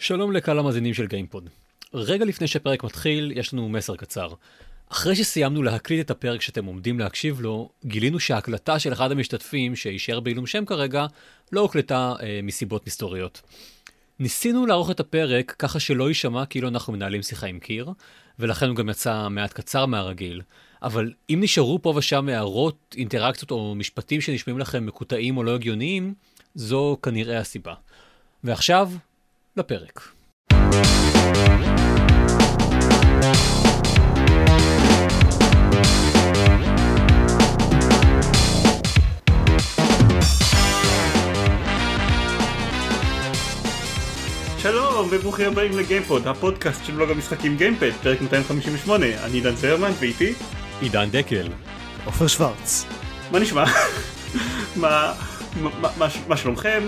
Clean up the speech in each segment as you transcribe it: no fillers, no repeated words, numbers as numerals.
שלום לקהל המאזינים של גיימפוד. רגע לפני שהפרק מתחיל, יש לנו מסר קצר. אחרי שסיימנו להקליט את הפרק שאתם עומדים להקשיב לו, גילינו שההקלטה של אחד המשתתפים, שישאר בעילום שם כרגע, לא הוקלטה מסיבות מסתוריות. ניסינו לערוך את הפרק ככה שלא יישמע כאילו אנחנו מנהלים שיחה עם קיר, ולכן הוא גם יצא מעט קצר מהרגיל. אבל אם נשארו פה ושם הערות, אינטראקציות או משפטים שנשמעים לכם מקוטעים או לא הגיוניים, זו כנראה הסיבה. ועכשיו, לפרק. שלום וברוכים הבאים לגיימפוד, הפודקאסט של בלוג המשחקים גיימפד, פרק 258. אני עידן זרמן ואיתי עידן דקל. עופר שוורץ. מה נשמע? מה שלומכם?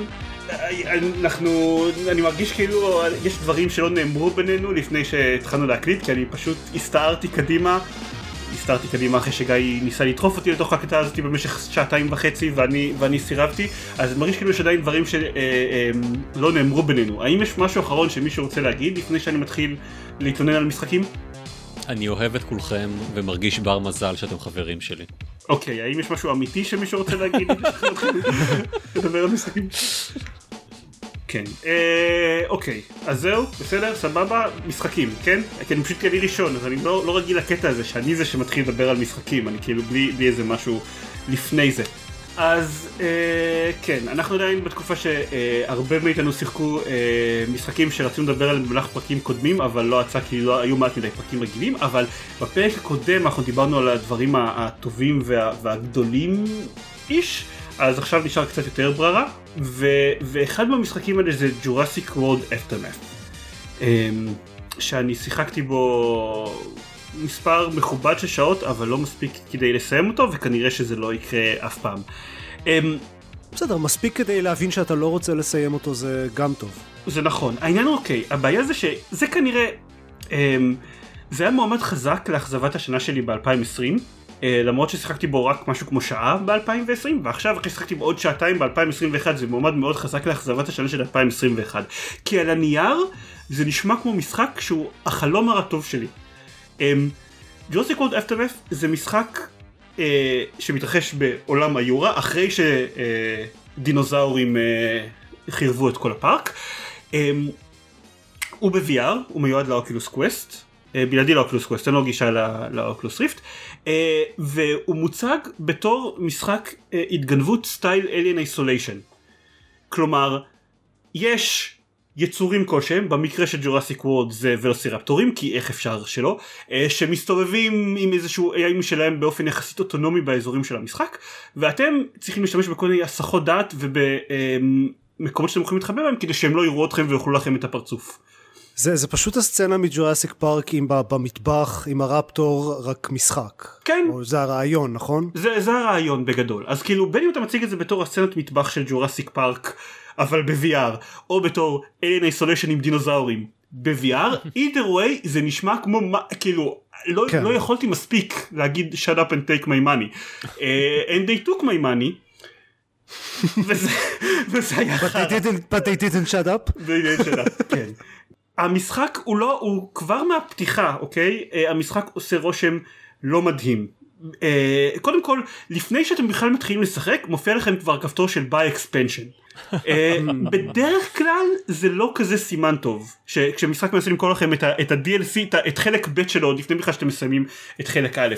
אני מרגיש כאילו יש דברים שלא נאמרו בינינו לפני שהתחלנו להקליט, כי אני פשוט הסתערתי קדימה אחרי שגיא ניסה לדחוף אותי לתוך הקטע הזאת במשך 2.5 שעות ואני סירבתי. אז אני מרגיש כאילו יש עדיין דברים שלא נאמרו בינינו. האם יש משהו אחרון שמישהו רוצה להגיד לפני שאני מתחיל להתלונן על משחקים? אני אוהב את כולכם ומרגיש בר מזל שאתם חברים שלי. אוקיי, האם יש משהו אמיתי שמישהו רוצה להגיד? לדבר על משחקים? כן, אוקיי, אז זהו, בסדר, סבבה, משחקים, כן? כי אני פשוט כאלי ראשון, אז אני לא רגיל לקטע הזה שאני זה שמתחיל לדבר על משחקים, אני כאילו בלי איזה משהו לפני זה. אז כן, אנחנו עדיין בתקופה שהרבה מאיתנו שיחקו משחקים שרצינו לדבר עליהם במהלך פרקים קודמים, אבל לא יצא כי לא היו מעט מדי פרקים רגילים. אבל בפרק הקודם אנחנו דיברנו על הדברים הטובים והגדולים איש, אז עכשיו נשאר קצת יותר ברירה, ואחד מהמשחקים האלה זה Jurassic World Aftermath, שאני שיחקתי בו מספר מכובד של שעות, אבל לא מספיק כדי לסיים אותו, וכנראה שזה לא יקרה אף פעם. בסדר, מספיק כדי להבין שאתה לא רוצה לסיים אותו, זה גם טוב. זה נכון. העניין הוא אוקיי, הבעיה זה שזה כנראה, זה היה מועמד חזק לאכזבת השנה שלי ב-2020, למרות ששיחקתי בו רק משהו כמו שעה ב-2020, ועכשיו אחרי ששיחקתי בו עוד שעתיים ב-2021, זה מועמד מאוד חזק לאכזבת השנה של 2021. כי על הנייר זה נשמע כמו משחק שהוא החלום הרטוב שלי. Jurassic World Aftermath זה משחק שמתרחש בעולם היורה אחרי שדינוזאורים חירבו את כל הפארק. הוא ב-VR, הוא מיועד לאוקולוס קווסט, בלעדי לאוקולוס קווסט, אין לו גישה לאוקולוס ריפט, והוא מוצג בתור משחק התגנבות סטייל Alien Isolation. כלומר, יש יצורים כלשהם, במקרה של ג'ורסיק וורד זה ולוסירפטורים, כי איך אפשר שלא, שמסתובבים עם איזשהו AI שלהם באופן יחסית אוטונומי באזורים של המשחק, ואתם צריכים להשתמש בכל מיני הסחות דעת ובמקומות שאתם יכולים להתחבר בהם, כדי שהם לא יראו אתכם ויוכלו לכם את הפרצוף. זה פשוט הסצנה מג'ורסיק פארק במטבח עם הרפטור, רק משחק. כן. זה הרעיון, נכון? זה הרעיון בגדול. אז כאילו בין אם אתה מציג את זה בתור הסצנת מטבח של ג'ורסיק פארק אבל ב-VR, או בתור Alien Isolation עם דינוזאורים ב-VR, either way זה נשמע כמו כאילו לא יכולתי מספיק להגיד shut up and take my money, and they took my money, וזה היה חרא. But they didn't shut up? כן. המשחק הוא כבר מהפתיחה, אוקיי? המשחק עושה רושם לא מדהים. קודם כל, לפני שאתם בכלל מתחילים לשחק, מופיע לכם כבר כפתור של buy expansion. בדרך כלל זה לא כזה סימן טוב, כשמשחק מנסה למכור לכם את ה-DLC, את חלק ב' שלו, לפני בכלל שאתם מסיימים את חלק א'.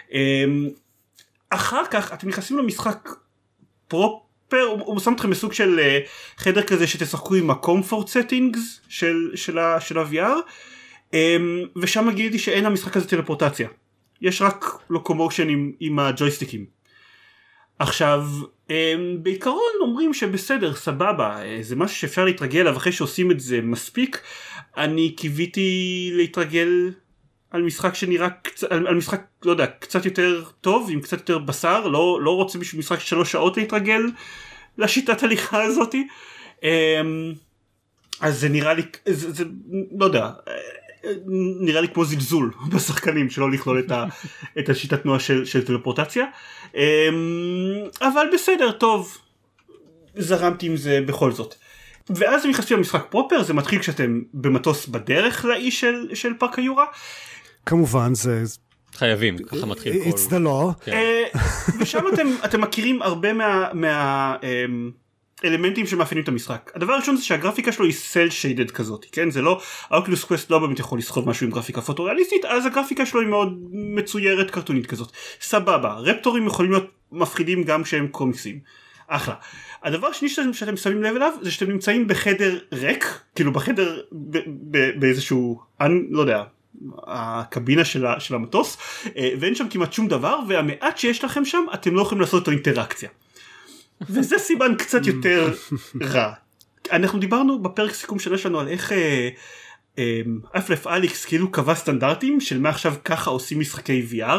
אחר כך אתם נכנסים למשחק פרופר, הוא שם אתכם בסוג של חדר כזה שתשחקו עם ה-comfort settings של ה-VR, ושם גיליתי שאין המשחק הזה טלפורטציה, יש רק לוקומושן עם הג'ויסטיקים. עכשיו, בעיקרון אומרים שבסדר, סבבה, זה משהו שאפשר להתרגל אליו אחרי שעושים את זה מספיק. אני קיוויתי להתרגל על משחק שנראה, על משחק, לא יודע, קצת יותר טוב, עם קצת יותר בשר, לא רוצה בשביל משחק 3 שעות להתרגל לשיטת הליכה הזאת. אז זה נראה לי, זה לא יודע, נראה לי כמו זלזול בשחקנים שלא לכלול את השיטת תנועה של טלפורטציה, אבל בסדר, טוב, זרמתי עם זה בכל זאת. ואז הם נכנסים למשחק פרופר, זה מתחיל כשאתם במטוס בדרך לאי של פארק היורה. כמובן, זה... חייבים, ככה מתחיל כל... It's the law. ושם אתם מכירים הרבה מהאלמנטים שמאפיינים את המשחק. הדבר הראשון זה שהגרפיקה שלו היא סל שיידד כזאת, כן? זה לא, האוקולוס קווסט לא באמת יכול לסחוב משהו עם גרפיקה פוטוריאליסטית, אז הגרפיקה שלו היא מאוד מצוירת קרטונית כזאת. סבבה, רפטורים יכולים להיות מפחידים גם כשהם קומיקסים. אחלה. הדבר השני שאתם שמים לב אליו זה שאתם נמצאים בחדר ריק, כאילו בחדר באיזשהו, אני לא יודע, הקבינה של המטוס, ואין שם כמעט שום דבר, והמעט שיש לכם שם אתם לא יכולים לעשות אותו אינטראקציה, וזה סימן קצת יותר רע. אנחנו דיברנו בפרק סיכום שנה שלנו על איך אפלף אליקס כאילו קבע סטנדרטים של מה עכשיו ככה עושים משחקי VR,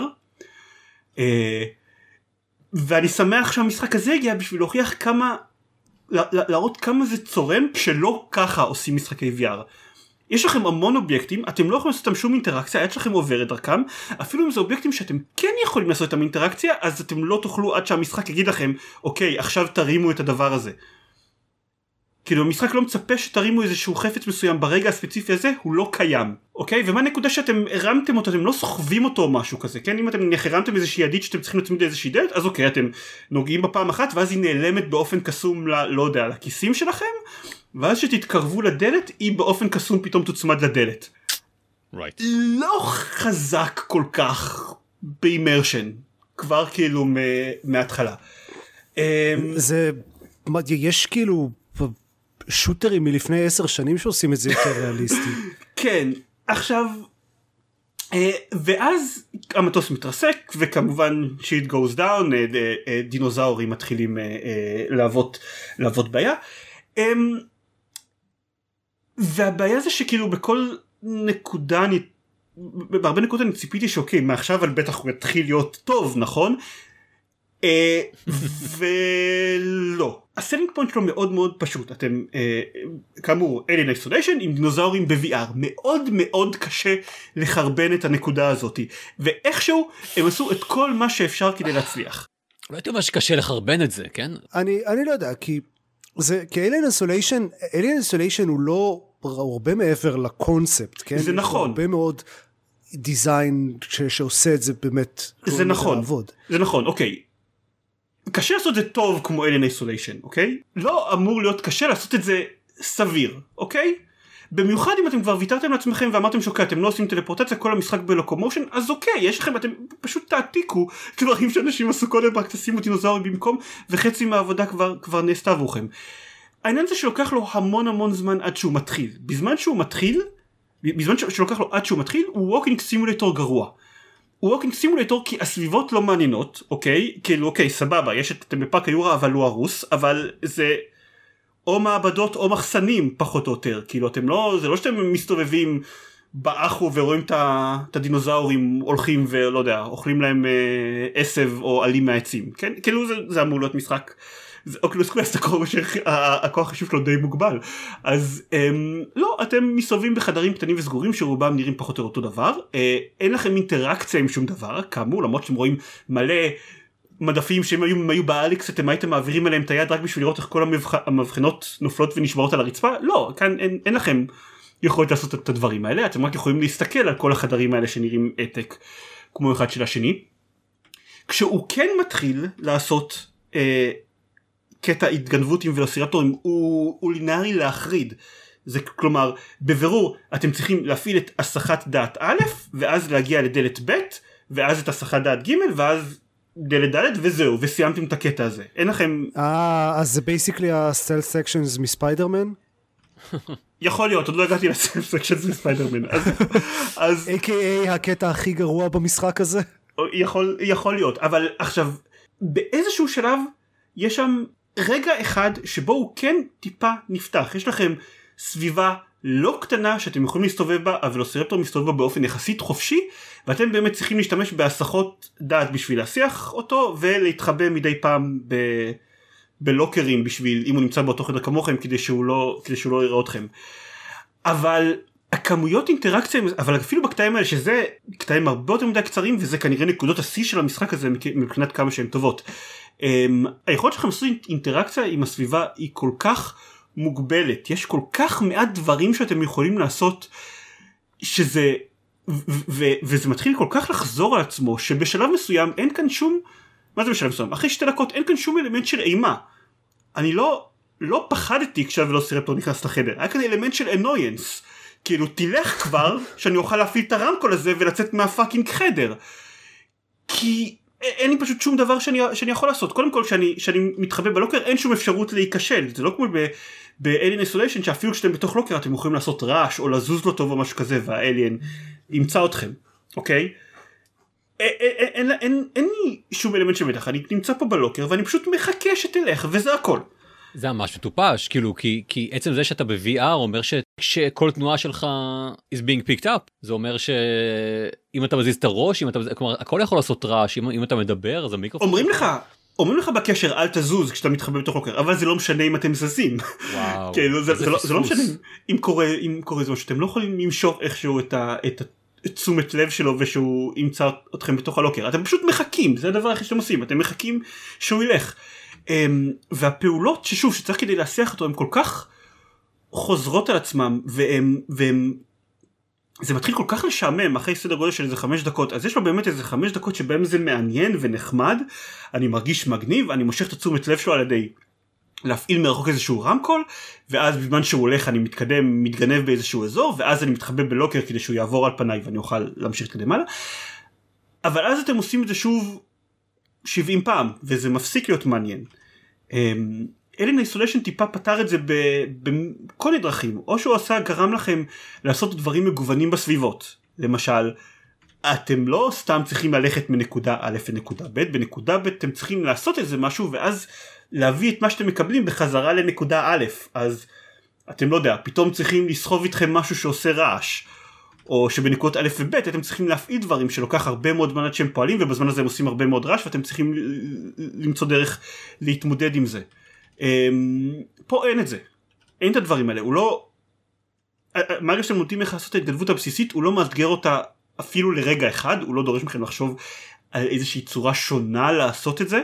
ואני שמח שהמשחק הזה הגיע בשביל להוכיח כמה, להראות כמה זה צורם כשלא ככה עושים משחקי VR. יש לכם המון אובייקטים, אתם לא יכולים לעשות איתם שום אינטראקציה, היד שלכם עוברת דרכם, אפילו אם זה אובייקטים שאתם כן יכולים לעשות איתם אינטראקציה, אז אתם לא תוכלו עד שהמשחק יגיד לכם, אוקיי, עכשיו תרימו את הדבר הזה. כאילו המשחק לא מצפה שתרימו איזשהו חפץ מסוים ברגע הספציפי הזה, הוא לא קיים, אוקיי? ומה הנקודה שאתם הרמתם אותו, אתם לא סוחבים אותו או משהו כזה, כן? אם אתם הרמתם איזושהי ידית שאתם צריכים להצמיד לאיזושהי דלת, אז אוקיי, אתם נוגעים בפעם אחת, ואז היא נעלמת באופן קסום, לא יודע, לכיסים שלכם, ואז שתתקרבו לדלת, היא באופן קסום פתאום תוצמד לדלת. Right. לא חזק כל כך באימרשן, כבר כאילו מההתחלה. זה, יש כאילו שוטרים מלפני 10 שנים שעושים את זה יותר ריאליסטי. כן, עכשיו, ואז המטוס מתרסק, וכמובן shit goes down, דינוזאורים מתחילים לעבוד בעיה. והבעיה זה שכאילו בכל נקודה, בהרבה נקודות אני ציפיתי שאוקיי, מעכשיו אבל בטח הוא יתחיל להיות טוב, נכון? ולא. הסלינג פוינט שלו מאוד מאוד פשוט. אתם, כאמור, Alien Isolation עם דינוזאורים ב-VR. מאוד מאוד קשה לחרבן את הנקודה הזאת. ואיכשהו הם עשו את כל מה שאפשר כדי להצליח. לא הייתי אומר שקשה לחרבן את זה, כן? אני לא יודע, כי Alien Isolation הוא לא הרבה מעבר לקונספט, כן? זה נכון. הרבה מאוד דיזיין שעושה את זה באמת. זה נכון. זה נכון, אוקיי. קשה לעשות את זה טוב כמו Alien Isolation, אוקיי? לא אמור להיות קשה לעשות את זה סביר, אוקיי? במיוחד אם אתם כבר ויתרתם לעצמכם ואמרתם שאוקיי, אתם לא עושים טלפורטציה, כל המשחק בלוקומושן, אז אוקיי, יש לכם, אתם פשוט תעתיקו דברים שאנשים עשו קודם, רק תשימו דינוזאורים במקום, וחצי מהעבודה כבר נעשתה עבורכם. העניין זה שלוקח לו המון זמן עד שהוא מתחיל. בזמן שלוקח לו עד שהוא מתחיל, הוא ווקינג סימולטור גרוע. הוא ווקינג סימולטור כי הסביבות לא מעניינות, אוקיי? כאילו, אוקיי, סבבה, אתם בפארק היורה, אבל הוא הרוס, אבל זה או מעבדות או מחסנים, פחות או יותר. כאילו, זה לא שאתם מסתובבים באחו ורואים את הדינוזאורים הולכים ולא יודע, אוכלים להם עשב או עלים מהעצים, כן? כאילו, זה אמור להיות משחק. אוקולוס קווסט, הכוח החישוב שלו די מוגבל, אז לא, אתם מסתובבים בחדרים קטנים וסגורים שרובם נראים פחות או אותו דבר, אין לכם אינטראקציה עם שום דבר, כאמור, למרות שאתם רואים מלא מדפים שהם היו באליקס, אתם הייתם מעבירים עליהם את היד רק בשביל לראות איך כל המבחנות נופלות ונשברות על הרצפה, לא, כאן אין לכם יכולת לעשות את הדברים האלה, אתם רק יכולים להסתכל על כל החדרים האלה שנראים עתק כמו אחד של השני. כשהוא כן מתחיל לעשות קטע התגנבות עם ולוסירפטורים, הוא לינארי להחריד. זה כלומר, בבירור אתם צריכים להפעיל את הסחת דעת א', ואז להגיע לדלת ב', ואז את הסחת דעת ג', ואז דלת ד', וזהו, וסיימתם את הקטע הזה. אין לכם... אז זה basically ה-stealth sections מספיידרמן? יכול להיות, עוד לא הגעתי ל-stealth sections מספיידרמן. אז... A.K.A. הקטע הכי גרוע במשחק הזה? יכול להיות, אבל עכשיו, באיזשהו שלב, יש שם רגע אחד שבו הוא כן טיפה נפתח. יש לכם סביבה לא קטנה שאתם יכולים להסתובב בה, הוולוסירפטור מסתובב בה באופן יחסית חופשי, ואתם באמת צריכים להשתמש בהסחות דעת בשביל להסיח אותו, ולהתחבא מדי פעם בלוקרים בשביל, אם הוא נמצא באותו חדר כמוכם, כדי שהוא לא יראה אתכם. אבל הכמויות אינטראקציה, אבל אפילו בקטעים האלה, שזה קטעים הרבה יותר מדי קצרים, וזה כנראה נקודות השיא של המשחק הזה מבחינת כמה שהן טובות. היכולת שלכם לעשות אינטראקציה עם הסביבה היא כל כך מוגבלת, יש כל כך מעט דברים שאתם יכולים לעשות, שזה, וזה מתחיל כל כך לחזור על עצמו, שבשלב מסוים אין כאן שום, מה זה בשלב מסוים? אחרי 2 דקות אין כאן שום אלמנט של אימה. אני לא פחדתי כשהוולוסירפטור נכנס לחדר, היה כאן אלמנט של annoyance, כאילו תלך כבר שאני אוכל להפעיל את הרמקול הזה ולצאת מהפאקינג חדר, כי אין לי פשוט שום דבר שאני יכול לעשות. קודם כל שאני מתחבא בלוקר אין שום אפשרות להיכשל, זה לא כמו ב-Alien Isolation שאפילו כשאתם בתוך לוקר אתם יכולים לעשות רעש או לזוז לא טוב או משהו כזה והאליין ימצא אתכם, אוקיי? אין לי שום אלמנט של מתח, אני נמצא פה בלוקר ואני פשוט מחכה שתלך וזה הכל. זה ממש מטופש, כאילו, כי עצם זה שאתה ב-VR אומר שכל תנועה שלך is being picked up, זה אומר שאם אתה מזיז את הראש, כלומר, הכל יכול לעשות רעש, אם אתה מדבר, אז המיקרופון... אומרים לך בקשר אל תזוז כשאתה מתחבא בתוך לוקר, אבל זה לא משנה אם אתם זזים. וואו, זה לא משנה אם קורה זה שאתם לא יכולים למשוך איכשהו את תשומת לב שלו ושהוא ימצא אתכם בתוך הלוקר, אתם פשוט מחכים, זה הדבר הכי שאתם עושים, אתם מחכים שהוא ילך. והפעולות ששוב שצריך כדי להסיח אותו הם כל כך חוזרות על עצמם והם זה מתחיל כל כך לשעמם אחרי סדר גודל של איזה 5 דקות, אז יש לו באמת איזה 5 דקות שבהם זה מעניין ונחמד, אני מרגיש מגניב, אני מושך את התשומת לב שלו על ידי להפעיל מרחוק איזשהו רמקול, ואז בזמן שהוא הולך אני מתקדם, מתגנב באיזשהו אזור, ואז אני מתחבא בלוקר כדי שהוא יעבור על פניי ואני אוכל להמשיך להתקדם הלאה. אבל אז אתם עושים את זה שוב 70 פעם, וזה מפסיק להיות מעניין. Alien Isolation טיפה פתר את זה בכל מיני דרכים, או שהוא גרם לכם לעשות דברים מגוונים בסביבות. למשל, אתם לא סתם צריכים ללכת מנקודה א' לנקודה ב', בנקודה ב' אתם צריכים לעשות איזה משהו, ואז להביא את מה שאתם מקבלים בחזרה לנקודה א', אז אתם לא יודע, פתאום צריכים לסחוב איתכם משהו שעושה רעש, או שבנקודות א' וב' אתם צריכים להפעיל דברים שלוקח הרבה מאוד זמן עד שהם פועלים, ובזמן הזה הם עושים הרבה מאוד רעש, ואתם צריכים למצוא דרך להתמודד עם זה. פה אין את זה, אין את הדברים האלה, הוא לא, מהרגע שאתם נוטים איך לעשות את ההתגנבות הבסיסית, הוא לא מאתגר אותה אפילו לרגע אחד, הוא לא דורש מכם לחשוב על איזושהי צורה שונה לעשות את זה.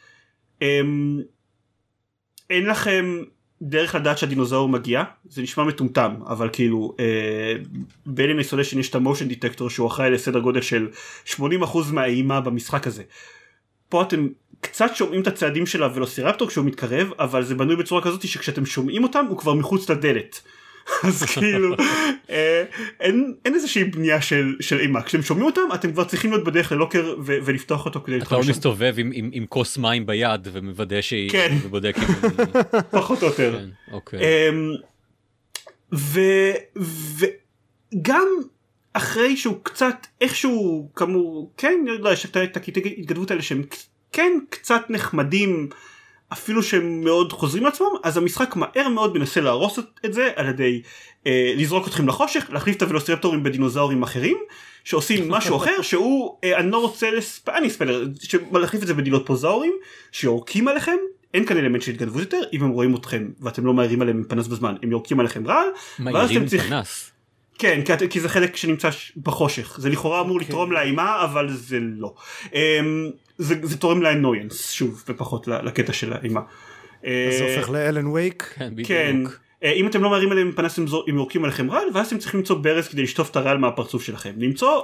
אין לכם דרך לדעת שהדינוזאור מגיע, זה נשמע מטומטם, אבל כאילו ב-Alien Isolation יש את המושן דיטקטור שהוא אחראי לסדר גודל של 80% מהאימה במשחק הזה. פה אתם קצת שומעים את הצעדים של הוולוסירפטור כשהוא מתקרב, אבל זה בנוי בצורה כזאת שכשאתם שומעים אותם הוא כבר מחוץ לדלת. אז כאילו אין איזושהי בנייה של אימה, כשאתם שומעים אותם אתם כבר צריכים להיות בדרך ללוקר ולפתוח אותו כדי אתה לא מסתובב עם כוס מים ביד ומוודא שהיא ובודק פחות או יותר. וגם אחרי שהוא קצת איכשהו כאמור כן יש את ההתגדבות האלה שהם כן קצת נחמדים אפילו שהם מאוד חוזרים לעצמם, אז המשחק מהר מאוד מנסה להרוס את זה על ידי לזרוק אתכם לחושך, להחליף את הוולוסירפטורים בדינוזאורים אחרים שעושים משהו אחר שהוא אני לא רוצה להחליף את זה בדינופוזאורים שיורקים עליכם. אין כאן אלמנט של התגנבות יותר, אם הם רואים אתכם ואתם לא מהירים עליהם עם פנס בזמן, הם יורקים עליכם רעל, מהירים פנס. כן, כי זה חלק שנמצא בחושך, זה לכאורה אמור לתרום לאימה, אבל זה לא. זה תורם לאנויינס, שוב, ופחות לקטע של האימה. אז זה הופך לאלן וייק? כן, אם אתם לא מהירים עליהם עם פנס, הם יורקים עליכם רעל, ואז אתם צריכים למצוא ברז כדי לשטוף את הרעל מהפרצוף שלכם. למצוא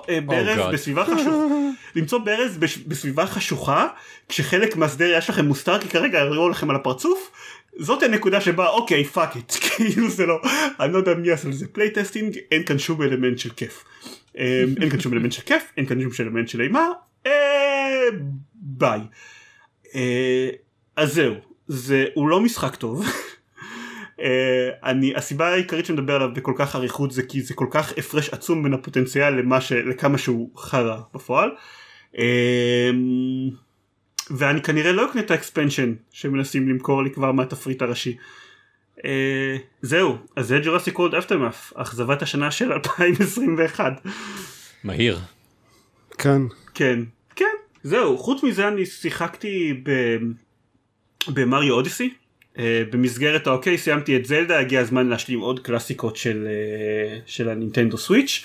ברז בסביבה חשוכה, כשחלק מהסדר יש לכם מוסתר, כי כרגע יראו לכם על הפרצוף, זאת הנקודה שבה אוקיי פאק איט, כאילו זה לא, אני לא יודע מי יעשה לזה פלייטסטינג, אין כאן שום אלמנט של כיף, אין כאן שום אלמנט של כיף, אין כאן שום אלמנט של אימה, ביי. אז זהו, הוא לא משחק טוב, הסיבה העיקרית שמדבר עליו בכל כך אריכות זה כי זה כל כך הפרש עצום בין הפוטנציאל לכמה שהוא חרא בפועל, ואני כנראה לא אקנה את האקספנשן שמנסים למכור לי כבר מהתפריט הראשי. זהו, אז זה Jurassic World Aftermath, אכזבת השנה של 2021. מהיר. כן, זהו, חוץ מזה אני שיחקתי במריו אודיסי, במסגרת האוקיי, סיימתי את זלדה, הגיע הזמן להשלים עוד קלאסיקות של הנינטנדו סוויץ'.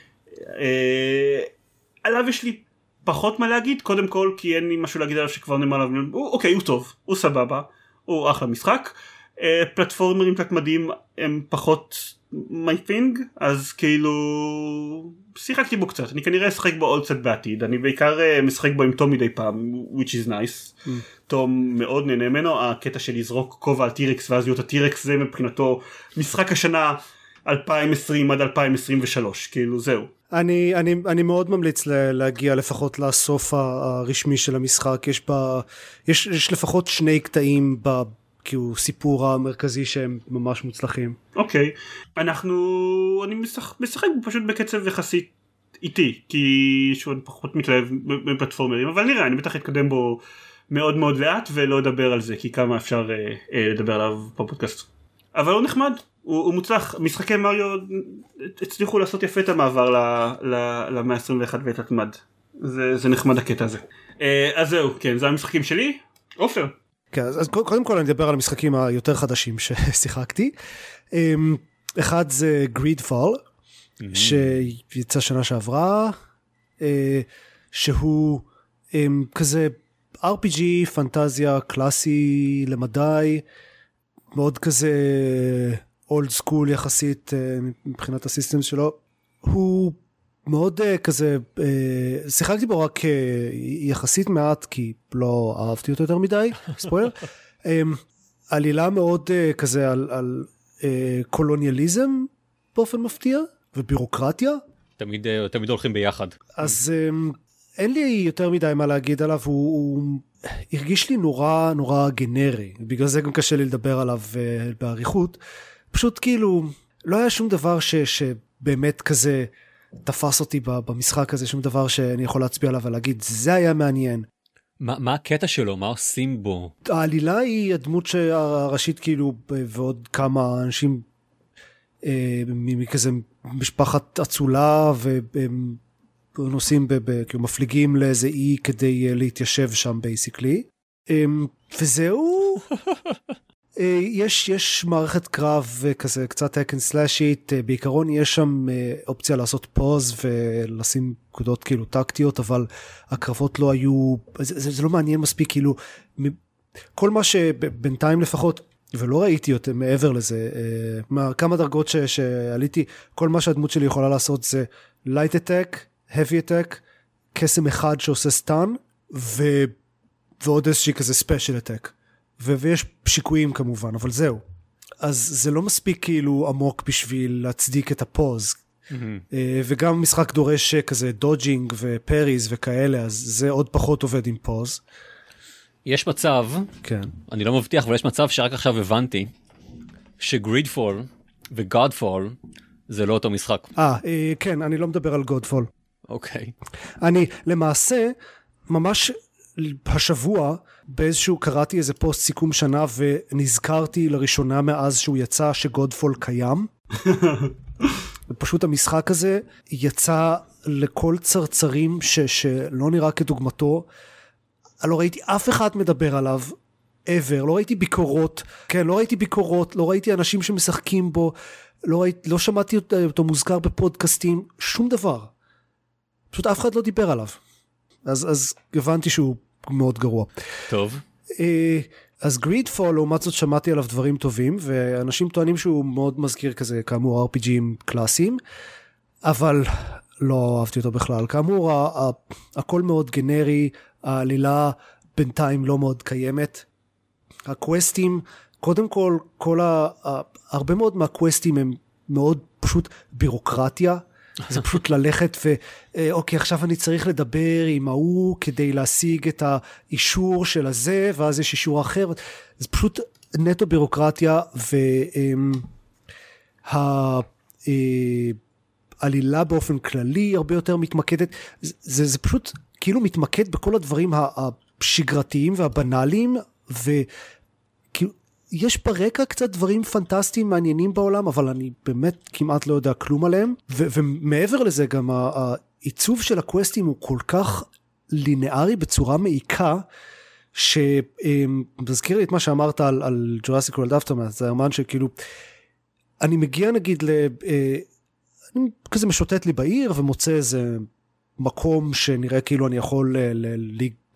עליו יש לי פחות מה להגיד, קודם כל כי אין לי משהו להגיד עליו שכבר נאמר עליו, אוקיי, הוא טוב, הוא סבבה, הוא אחלה משחק, פלטפורמרים תת-מדיים הם פחות my thing, אז כאילו שיחקתי בו קצת, אני כנראה אשחק בו עוד קצת בעתיד, אני בעיקר משחק בו עם תום מדי פעם, which is nice. תום מאוד נהנה ממנו, הקטע של לזרוק כובע על טירקס ואז להיות הטירקס זה מבחינתו משחק השנה 2020 עד 2023, כאילו זהו. אני מאוד ממליץ להגיע לפחות לסוף הרשמי של המשחק, יש לפחות 2 קטעים כאילו סיפור המרכזי שהם ממש מוצלחים. אוקיי, אני משחק פשוט בקצב יחסית איטי, כי שהוא פחות מתלהב בפלטפורמרים, אבל נראה, אני בטח אתקדם בו מאוד מאוד לאט ולא אדבר על זה, כי כמה אפשר לדבר עליו בפודקאסט. אבל הוא נחמד, הוא מוצלח, משחקי מריו הצליחו לעשות יפה את המעבר ל-121 ואת התמד, זה נחמד הקטע הזה. אז זהו, כן, זה המשחקים שלי, עופר. כן, אז קודם כל אני אדבר על המשחקים היותר חדשים ששיחקתי. אחד זה Greedfall, שיצא שנה שעברה, שהוא כזה RPG, פנטזיה, קלאסי למדי, מאוד כזה אולד סקול יחסית מבחינת הסיסטם שלו. הוא מאוד כזה, שיחקתי בו רק יחסית מעט, כי לא אהבתי אותו יותר מדי, ספוילר. עלילה מאוד כזה על קולוניאליזם באופן מפתיע, ובירוקרטיה. תמיד הולכים ביחד. אז אין לי יותר מדי מה להגיד עליו, הוא הרגיש לי נורא נורא גנרי, בגלל זה גם קשה לי לדבר עליו בעריכות. פשוט כאילו, לא היה שום דבר שבאמת כזה תפס אותי במשחק הזה, שום דבר שאני יכול להצביע עליו ולהגיד, זה היה מעניין. מה הקטע שלו? מה עושים בו? העלילה היא הדמות הראשית כאילו, ועוד כמה אנשים מכזה משפחת אצולה, ונוסעים כאילו מפליגים לאיזה אי כדי להתיישב שם בייסיקלי. וזהו. יש מערכת קרב כזה קצת hack and slashית, בעיקרון יש שם אופציה לעשות פוז ולשים נקודות כאילו טקטיות, אבל הקרבות לא היו, זה לא מעניין מספיק, כאילו כל מה שבינתיים לפחות, ולא ראיתי יותר מעבר לזה, כמה דרגות שעליתי, כל מה שהדמות שלי יכולה לעשות זה light attack, heavy attack, קסם אחד שעושה סטן, ועוד איזושהי כזה special attack. ויש שיקויים כמובן, אבל זהו. אז זה לא מספיק כאילו עמוק בשביל להצדיק את הפוז. וגם משחק דורש כזה דודג'ינג ופריז וכאלה, אז זה עוד פחות עובד עם פוז. יש מצב, כן. אני לא מבטיח, אבל יש מצב שרק עכשיו הבנתי, שגרידפול וגודפול זה לא אותו משחק. כן, אני לא מדבר על גודפול. אוקיי. אני למעשה, ממש השבוע, באיזשהו קראתי איזה פוסט סיכום שנה, ונזכרתי לראשונה מאז שהוא יצא שגודפול קיים. ופשוט המשחק הזה יצא לכל צרצרים שלא נראה כדוגמתו. לא ראיתי אף אחד מדבר עליו, ever, לא ראיתי ביקורות, כן, לא ראיתי ביקורות, לא ראיתי אנשים שמשחקים בו, לא שמעתי אותו מוזכר בפודקאסטים, שום דבר. פשוט אף אחד לא דיבר עליו. אז הבנתי שהוא מאוד גרוע. טוב. אז Greedfall, לעומת זאת שמעתי עליו דברים טובים, ואנשים טוענים שהוא מאוד מזכיר כזה, כאמור RPGים קלאסיים, אבל לא אהבתי אותו בכלל. כאמור, הכל מאוד גנרי, העלילה בינתיים לא מאוד קיימת. הקווסטים, קודם כל, הרבה מאוד מהקווסטים הם מאוד פשוט בירוקרטיה, זה פשוט ללכת אוקיי, עכשיו אני צריך לדבר עם ההוא כדי להשיג את האישור של הזה, ואז יש אישור אחר, זה פשוט נטו בירוקרטיה, והעלילה באופן כללי הרבה יותר מתמקדת, זה פשוט כאילו מתמקד בכל הדברים השגרתיים והבנאליים, וכאילו יש ברקע קצת דברים פנטסטיים מעניינים בעולם, אבל אני באמת כמעט לא יודע כלום עליהם, ומעבר לזה גם העיצוב של הקווסטים הוא כל כך לינארי בצורה מעיקה, שמזכיר לי את מה שאמרת על Jurassic World Aftermath, זה הרמן שכאילו, אני מגיע נגיד, אני כזה משוטט לי בעיר, ומוצא איזה מקום שנראה כאילו אני יכול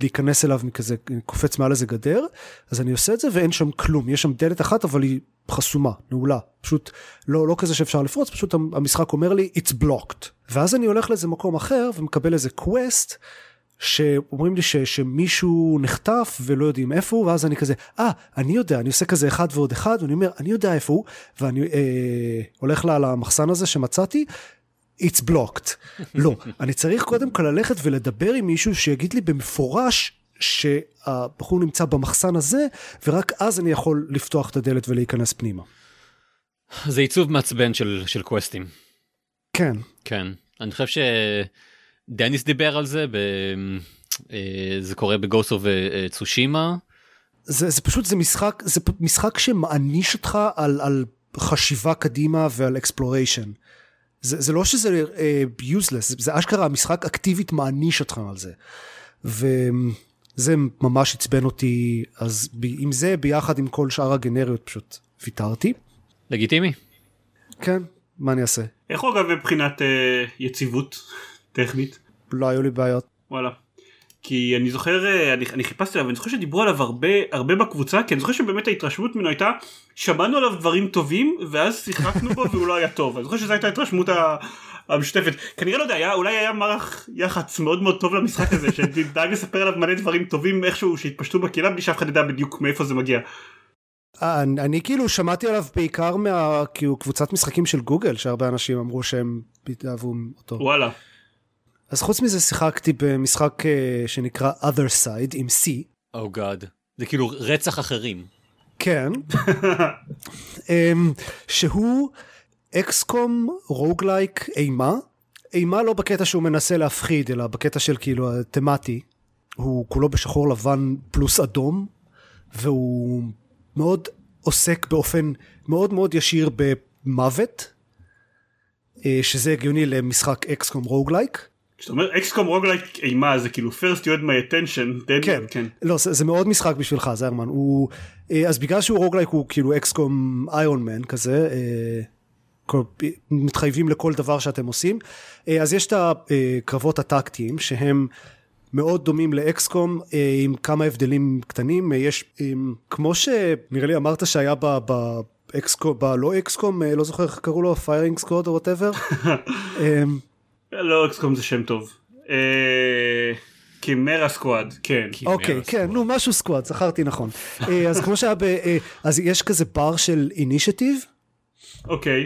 להיכנס אליו מכזה, קופץ מעל איזה גדר, אז אני עושה את זה ואין שם כלום, יש שם דלת אחת אבל היא חסומה, נעולה, פשוט לא כזה שאפשר לפרוץ, פשוט המשחק אומר לי, it's blocked, ואז אני הולך לאיזה מקום אחר ומקבל איזה קווסט, שאומרים לי שמישהו נחטף ולא יודעים איפה הוא, ואז אני כזה, אני יודע, אני עושה כזה אחד ועוד אחד, ואני אומר, אני יודע איפה הוא, ואני הולך למחסן הזה שמצאתי, it's blocked. לא, אני צריך קודם כל ללכת ולדבר עם מישהו שיגיד לי במפורש שהבחור נמצא במחסן הזה, ורק אז אני יכול לפתוח את הדלת ולהיכנס פנימה. זה עיצוב מעצבן של קווסטים. כן. כן. אני חושב דניס דיבר על זה, זה קורה בגוסט אוף צושימה. זה פשוט, זה משחק שמעניש אותך על חשיבה קדימה ועל exploration. זה לא שזה useless, זה אשכרה, המשחק אקטיבית מעניש אותך על זה. וזה ממש עצבן אותי, אז עם זה ביחד עם כל שאר הגנריות פשוט ויתרתי. לגיטימי. כן, מה אני אעשה? איך הוא אגב מבחינת יציבות טכנית? לא היו לי בעיות. וואלה. כי אני זוכר, אני חיפשתי עליו, ואני זוכר שדיברו עליו הרבה בקבוצה, כי אני זוכר שבאמת ההתרשמות ממנו הייתה, שמענו עליו דברים טובים, ואז שיחקנו בו והוא לא היה טוב. אני זוכר שזו הייתה ההתרשמות המשותפת. כנראה לא יודע, אולי היה מערך יח"צ מאוד מאוד טוב למשחק הזה, שדאג לספר עליו מלא דברים טובים, איכשהו שהתפשטו בקהילה, בלי שאף אחד ידע בדיוק מאיפה זה מגיע. אני כאילו שמעתי עליו בעיקר קבוצת משחקים של גוגל, שהרבה אנשים אמרו שהם אהבו אותו. וואלה. אז חוץ מזה שיחקתי במשחק שנקרא Other Side עם C. Oh God. זה כאילו רצח אחרים. כן. שהוא אקסקום רוגלייק אימה. אימה לא בקטע שהוא מנסה להפחיד, אלא בקטע של כאילו תמטי. הוא כולו בשחור לבן פלוס אדום, והוא מאוד עוסק באופן מאוד מאוד ישיר במוות, שזה הגיוני למשחק אקסקום רוגלייק. כשאתה אומר אקסקום רוגלייק אימה, זה כאילו first you had my attention, כן, כן. לא, זה מאוד משחק בשבילך, זה הרמן. אז בגלל שהוא רוגלייק הוא כאילו אקסקום איירון מן כזה, מתחייבים לכל דבר שאתם עושים, אז יש את הקרבות הטקטיים שהם מאוד דומים לאקסקום עם כמה הבדלים קטנים, יש כמו שנראה לי אמרת שהיה באקסקום, לא אקסקום, לא זוכר איך קראו לו, פיירינג סקווד או whatever. לא, אקסקום זה שם טוב. קימרה סקוואד, כן. אוקיי, כן, נו, משהו סקוואד, זכרתי נכון. אז כמו שהיה אז יש כזה בר של אינישטיב. אוקיי.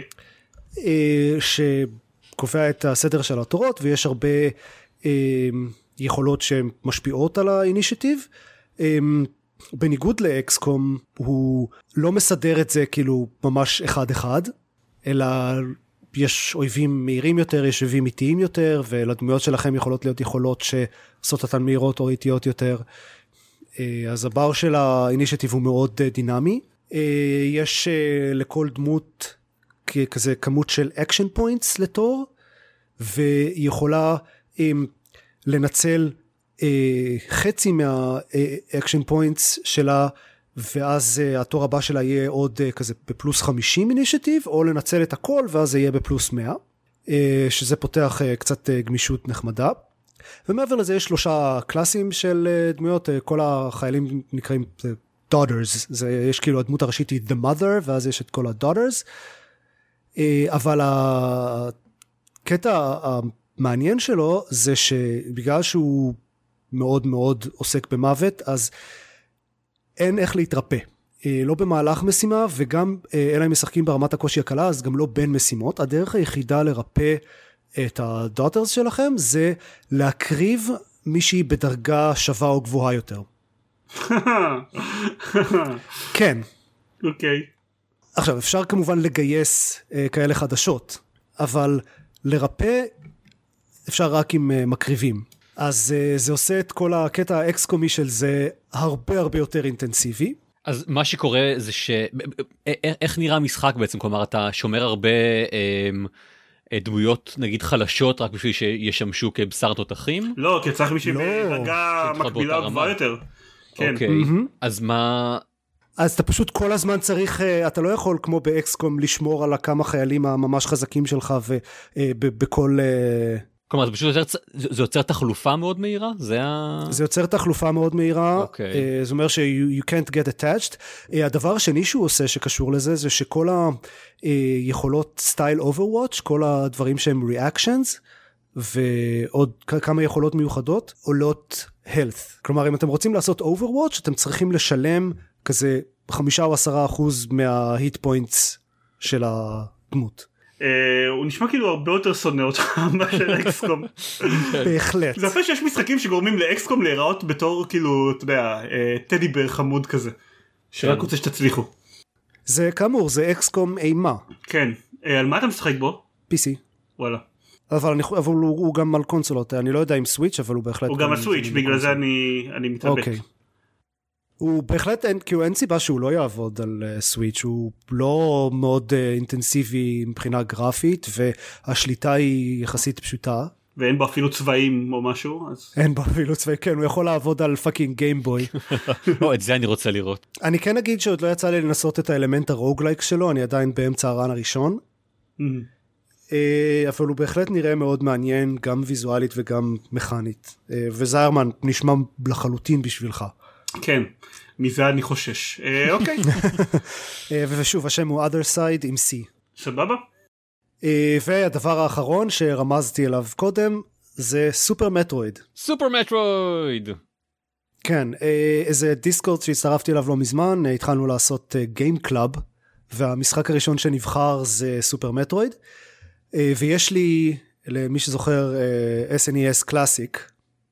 שקובע את הסדר של התורות, ויש הרבה יכולות שהן משפיעות על האינישטיב. בניגוד לאקסקום, הוא לא מסדר את זה כאילו ממש אחד-אחד, אלא יש אויבים מהירים יותר, יש אויבים איטיים יותר, ולדמויות שלכם יכולות להיות יכולות שעושות אותן מהירות או איטיות יותר. אז הבר של האינישטיב הוא מאוד דינמי. יש לכל דמות כזה כמות של אקשן פוינטס לתור, והיא יכולה לנצל חצי מהאקשן פוינטס שלה, ואז התור הבא שלה יהיה עוד כזה בפלוס 50 אינישטיב, או לנצל את הכל ואז זה יהיה בפלוס 100, שזה פותח קצת גמישות נחמדה. ומעבר לזה יש 3 קלאסים של דמויות, כל החיילים נקראים daughters, יש כאילו הדמות הראשית היא the mother, ואז יש את כל ה-daughters, אבל הקטע המעניין שלו זה שבגלל שהוא מאוד מאוד עוסק במוות, אז אין איך להתרפא. לא במהלך משימה, וגם אלא הם משחקים ברמת הקושי הקלה, אז גם לא בין משימות. הדרך היחידה לרפא את הדוטרס שלכם, זה להקריב מישהי בדרגה שווה או גבוהה יותר. כן. אוקיי. עכשיו, אפשר כמובן לגייס כאלה חדשות, אבל לרפא אפשר רק עם מקריבים. אז זה עושה את כל הקטע האקסקומי של זה הרבה הרבה יותר אינטנסיבי. אז מה שקורה זה איך נראה המשחק בעצם? כלומר, אתה שומר הרבה דמויות נגיד חלשות רק בשביל שישמשו כבשר תותחים? לא, כי צריך מישהי בדרגה מקבילה גבוהה יותר. אוקיי, אז מה... אז אתה פשוט כל הזמן צריך, אתה לא יכול כמו באקסקום לשמור על הכמה חיילים הממש חזקים שלך ובכל כלומר, זה יוצר תחלופה מאוד מהירה? זה יוצר תחלופה מאוד מהירה, זה אומר ש-you can't get attached. הדבר השני שהוא עושה שקשור לזה, זה שכל היכולות סטייל Overwatch, כל הדברים שהם reactions, ועוד כמה יכולות מיוחדות, עולות health. כלומר, אם אתם רוצים לעשות Overwatch, אתם צריכים לשלם כזה 5 או 10% מה-hit points של הדמות. הוא נשמע כאילו הרבה יותר שונא אותך מאשר אקסקום. בהחלט. זה יפה שיש משחקים שגורמים לאקסקום להיראות בתור כאילו, אתה יודע, טדי בר חמוד כזה. שרק רוצה שתצליחו. זה כאמור, זה אקסקום אימה. כן. על מה אתה משחק בו? PC. וואלה. אבל הוא גם על קונסולות, אני לא יודע אם סוויץ', אבל הוא בהחלט... הוא גם על סוויץ', בגלל זה אני מתאבק. אוקיי. הוא בהחלט, כאילו אין סיבה שהוא לא יעבוד על סוויץ', הוא לא מאוד אינטנסיבי מבחינה גרפית, והשליטה היא יחסית פשוטה. ואין בו אפילו צבעים או משהו, אז... אין בו אפילו צבעים, כן, הוא יכול לעבוד על פאקינג גיימבוי. את זה אני רוצה לראות. אני כן אגיד שעוד לא יצא לי לנסות את האלמנט הרוגלייק שלו, אני עדיין באמצע הרן הראשון. אבל הוא בהחלט נראה מאוד מעניין, גם ויזואלית וגם מכנית. וזיירמן נשמע לחלוטין בשבילך. כן, מזה אני חושש. אוקיי. ושוב, השם הוא Other Side עם C. סבבה. והדבר האחרון שרמזתי אליו קודם, זה סופר מטרואיד. סופר מטרואיד! כן, איזה דיסקורד שהצטרפתי אליו לא מזמן, התחלנו לעשות גיים קלאב, והמשחק הראשון שנבחר זה סופר מטרואיד, ויש לי, למי שזוכר, SNES קלאסיק.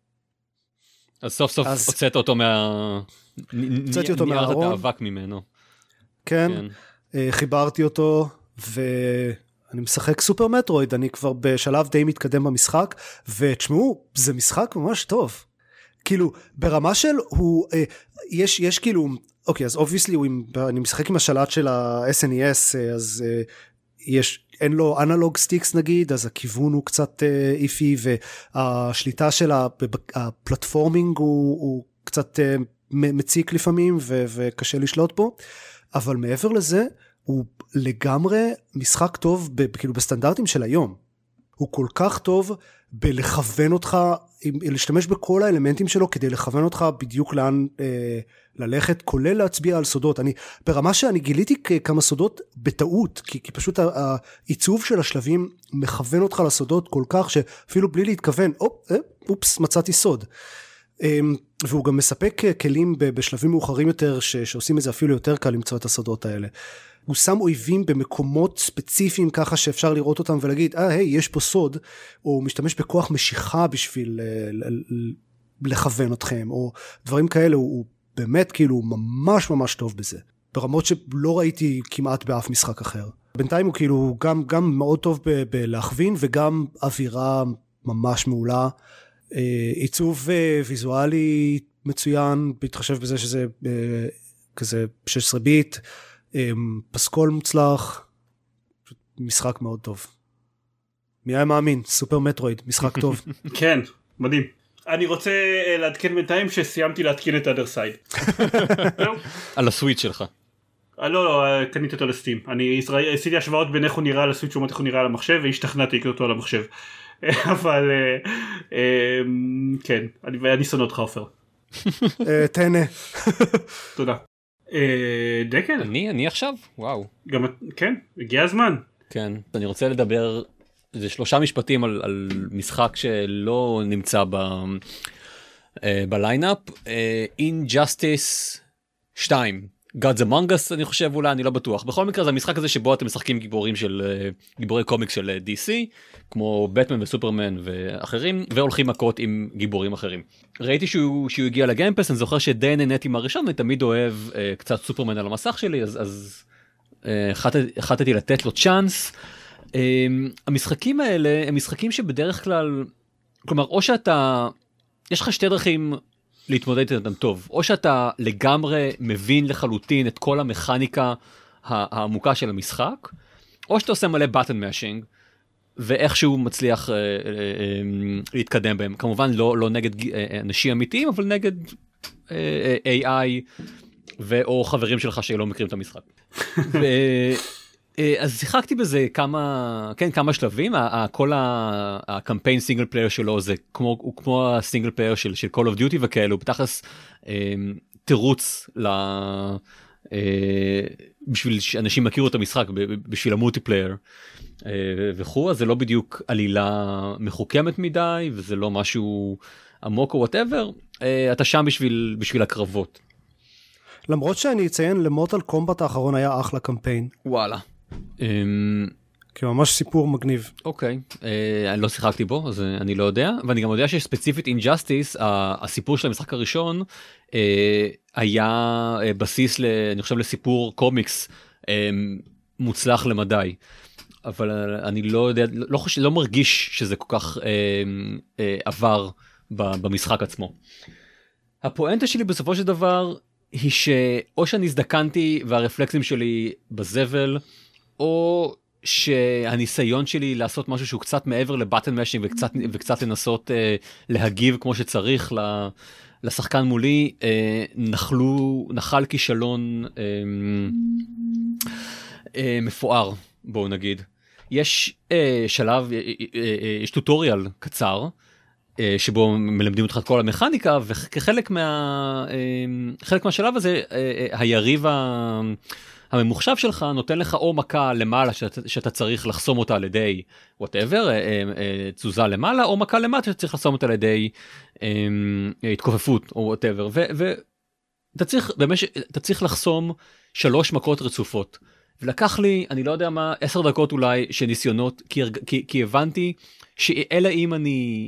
אז סוף סוף הוצאת אותו הוצאתי אותו מהארון. נייר את האבק ממנו. כן, חיברתי אותו, ואני משחק סופר מטרואיד, אני כבר בשלב די מתקדם במשחק, ותשמעו, זה משחק ממש טוב. כאילו, ברמה של, יש כאילו, אוקיי, אז obviously, אני משחק עם השלט של ה-SNES, אז אין לו אנלוג סטיקס נגיד, אז הכיוון הוא קצת איפי, והשליטה של הפלטפורמינג הוא קצת מציק לפעמים, וקשה לשלוט בו, אבל מעבר לזה, הוא לגמרי משחק טוב, כאילו בסטנדרטים של היום. הוא כל כך טוב בלכוון אותך, להשתמש בכל האלמנטים שלו, כדי לכוון אותך בדיוק לאן ללכת, כולל להצביע על סודות. ברמה שאני גיליתי כמה סודות בטעות, כי פשוט העיצוב של השלבים מכוון אותך לסודות כל כך, שאפילו בלי להתכוון, אופס, מצאתי סוד. והוא גם מספק כלים בשלבים מאוחרים יותר, שעושים את זה אפילו יותר קל למצוא את הסודות האלה. הוא שם אויבים במקומות ספציפיים ככה שאפשר לראות אותם ולהגיד, היי, יש פה סוד, או הוא משתמש בכוח משיכה בשביל לכוון אתכם, או דברים כאלה, הוא באמת כאילו ממש ממש טוב בזה, ברמות שלא ראיתי כמעט באף משחק אחר. בינתיים הוא כאילו גם מאוד טוב בלהכווין, וגם אווירה ממש מעולה, עיצוב ויזואלי מצוין, בהתחשב בזה שזה כזה 16 ביט, פסקול מוצלח, משחק מאוד טוב. מי היה מאמין? סופר מטרואיד, משחק טוב. כן, מדהים. אני רוצה לעדכן בינתיים שסיימתי להתקין את Other Side. על הסוויץ' שלך. לא, קניתי אותו לסטים. אני עשיתי השוואות בין איך הוא נראה על הסוויץ' ואיך הוא נראה על המחשב, והשתכנעתי לקנות אותו על המחשב. אבל כן, אני שונא אותך עופר. תהנה. תודה. דקל? אני עכשיו? וואו. גם, כן, הגיע הזמן. כן, אני רוצה לדבר, זה 3 משפטים על משחק שלא נמצא בליינאפ. Injustice 2. Gods Among Us, אני חושב אולי, אני לא בטוח. בכל מקרה, זה המשחק הזה שבו אתם משחקים גיבורי קומיקס של DC, כמו בטמן וסופרמן ואחרים, והולכים מכות עם גיבורים אחרים. ראיתי שהוא הגיע לגיימפס, אני זוכר שדי נהניתי מהראשון, אני תמיד אוהב קצת סופרמן על המסך שלי, אז החלטתי לתת לו צ'אנס. המשחקים האלה הם משחקים שבדרך כלל, כלומר, או שאתה, יש לך 2 דרכים להתמודד איתם טוב, או שאתה לגמרי מבין לחלוטין את כל המכניקה העמוקה של המשחק, או שאתה עושה מלא בטן מאשינג, ואיכשהו מצליח להתקדם בהם. כמובן לא נגד אנשים אמיתיים, אבל נגד AI, או חברים שלך שלא מכירים את המשחק. אז שיחקתי בזה כמה שלבים, כל הקמפיין סינגל פלייר שלו זה כמו הסינגל פלייר של Call of Duty וכאלו, בתכלס תירוץ בשביל שאנשים יכירו את המשחק, בשביל המולטיפלייר וכו', אז זה לא בדיוק עלילה מחוכמת מדי, וזה לא משהו עמוק או whatever, אתה שם בשביל הקרבות. למרות שאני אציין, למוטל קומבט האחרון היה אחלה קמפיין. וואלה. כי ממש סיפור מגניב. אוקיי, אני לא שיחקתי בו, אז אני לא יודע, ואני גם יודע שספציפית Injustice, הסיפור של המשחק הראשון, היה בסיס, אני חושב, לסיפור קומיקס מוצלח למדי. אבל אני לא יודע, לא מרגיש שזה כל כך עבר במשחק עצמו. הפואנטה שלי בסופו של דבר, היא שאו שאני הזדקנתי והרפלקסים שלי בזבל, או שהניסיון שלי לעשות משהו שהוא קצת מעבר לבטן משינג וקצת לנסות להגיב כמו שצריך לשחקן מולי, נחל כישלון מפואר, בואו נגיד. יש שלב, יש טוטוריאל קצר, שבו מלמדים אותך את כל המכניקה, וכחלק מהשלב הזה, היריב הממוחשב שלך נותן לך או מכה למעלה שאתה צריך לחסום אותה על ידי whatever, תזוזה למעלה, או מכה למטה שאתה צריך לחסום אותה על ידי התכופפות או whatever, ואתה צריך לחסום 3 מכות רצופות. ולקח לי, אני לא יודע מה, 10 דקות אולי של ניסיונות, כי הבנתי שאלה אם אני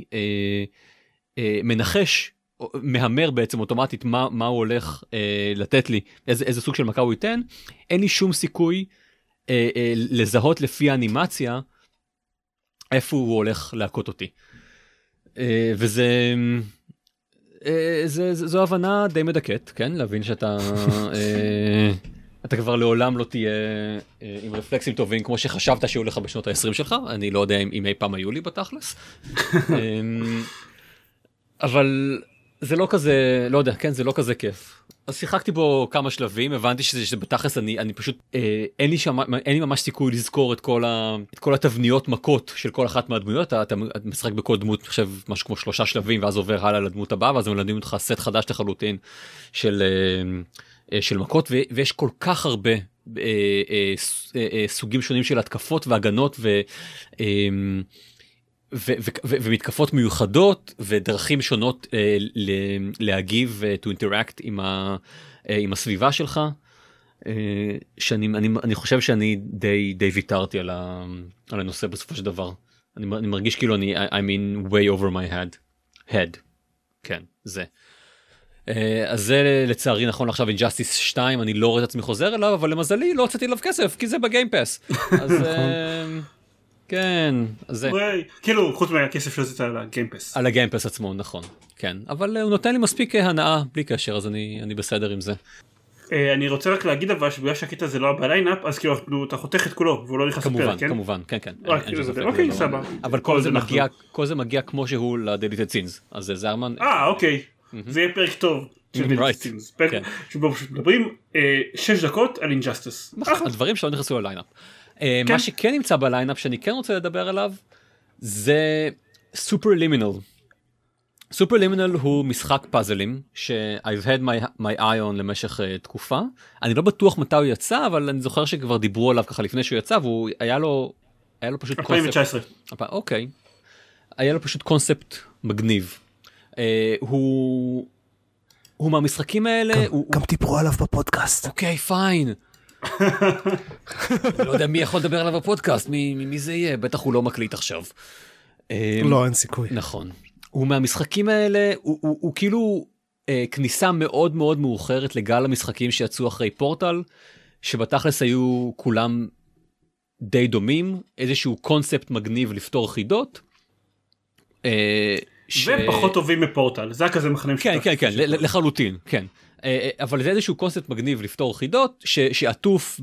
מנחש, מהמר בעצם אוטומטית מה הוא הולך לתת לי, איזה סוג של מכה הוא ייתן, אין לי שום סיכוי לזהות לפי האנימציה איפה הוא הולך להכות אותי. וזה זו הבנה די מדכאת, כן? להבין שאתה אתה כבר לעולם לא תהיה עם רפלקסים טובים כמו שחשבת שהיו לך בשנות ה-20 שלך, אני לא יודע אם אי פעם היו לי בתכלס. אבל זה לא כזה, לא יודע, כן, זה לא כזה כיף. אז שיחקתי בו כמה שלבים, הבנתי שזה בתכלס, אני פשוט, אין לי ממש סיכוי לזכור את כל התבניות מכות של כל אחת מהדמויות, אתה משחק בכל דמות, אני חושב, משהו כמו 3 שלבים, ואז עובר הלאה לדמות הבאה, ואז מלמדים אותך סט חדש לחלוטין של מכות, ויש כל כך הרבה סוגים שונים של התקפות והגנות ומתקפות מיוחדות ודרכים שונות להגיב to interact עם הסביבה שלך, שאני חושב שאני די ויתרתי על הנושא בסופו של דבר. אני מרגיש כאילו I'm in way over my head. כן, זה. אז זה לצערי נכון עכשיו Injustice 2, אני לא רואה את עצמי חוזר אליו, אבל למזלי לא הוצאתי אליו כסף, כי זה בגיימפס. אז כן, אז זה. כאילו, חוץ מהכסף שלו זה על הגיימפס. על הגיימפס עצמו, נכון, כן. אבל הוא נותן לי מספיק הנאה בלי קשר, אז אני בסדר עם זה. אני רוצה רק להגיד אבל שבגלל שהקטע זה לא בליינאפ, אז כאילו אתה חותך את כולו, והוא לא נכנס לפרק, כן? כמובן, כן. אוקיי, סבבה. אבל כל זה מגיע כמו שהוא לדליטד סינס, אז זה ארמן. אוקיי, זה יהיה פרק טוב. שבו פשוט מדברים 6 דקות על אינג'סטיס. הדברים שלא נכנסו לליינאפ. מה שכן נמצא בליינאפ שאני כן רוצה לדבר עליו זה סופרלימינל. סופרלימינל הוא משחק פאזלים ש-I've had my eye on למשך תקופה. אני לא בטוח מתי הוא יצא, אבל אני זוכר שכבר דיברו עליו ככה לפני שהוא יצא, והוא היה לו פשוט 2019. אוקיי. היה לו פשוט קונספט מגניב. הוא מהמשחקים האלה. גם דיברו עליו בפודקאסט. אוקיי, פיין. לא יודע מי יכול לדבר עליו בפודקאסט, מי זה יהיה, בטח הוא לא מקליט עכשיו. לא, אין סיכוי. נכון. הוא מהמשחקים האלה, הוא כאילו כניסה מאוד מאוד מאוחרת לגל המשחקים שיצאו אחרי פורטל, שבתכלס היו כולם די דומים, איזשהו קונספט מגניב לפתור חידות. ופחות טובים מפורטל, זה היה כזה מחנה משותף. כן, לחלוטין, כן. אבל זה איזשהו קונספט מגניב לפתור חידות, שעטוף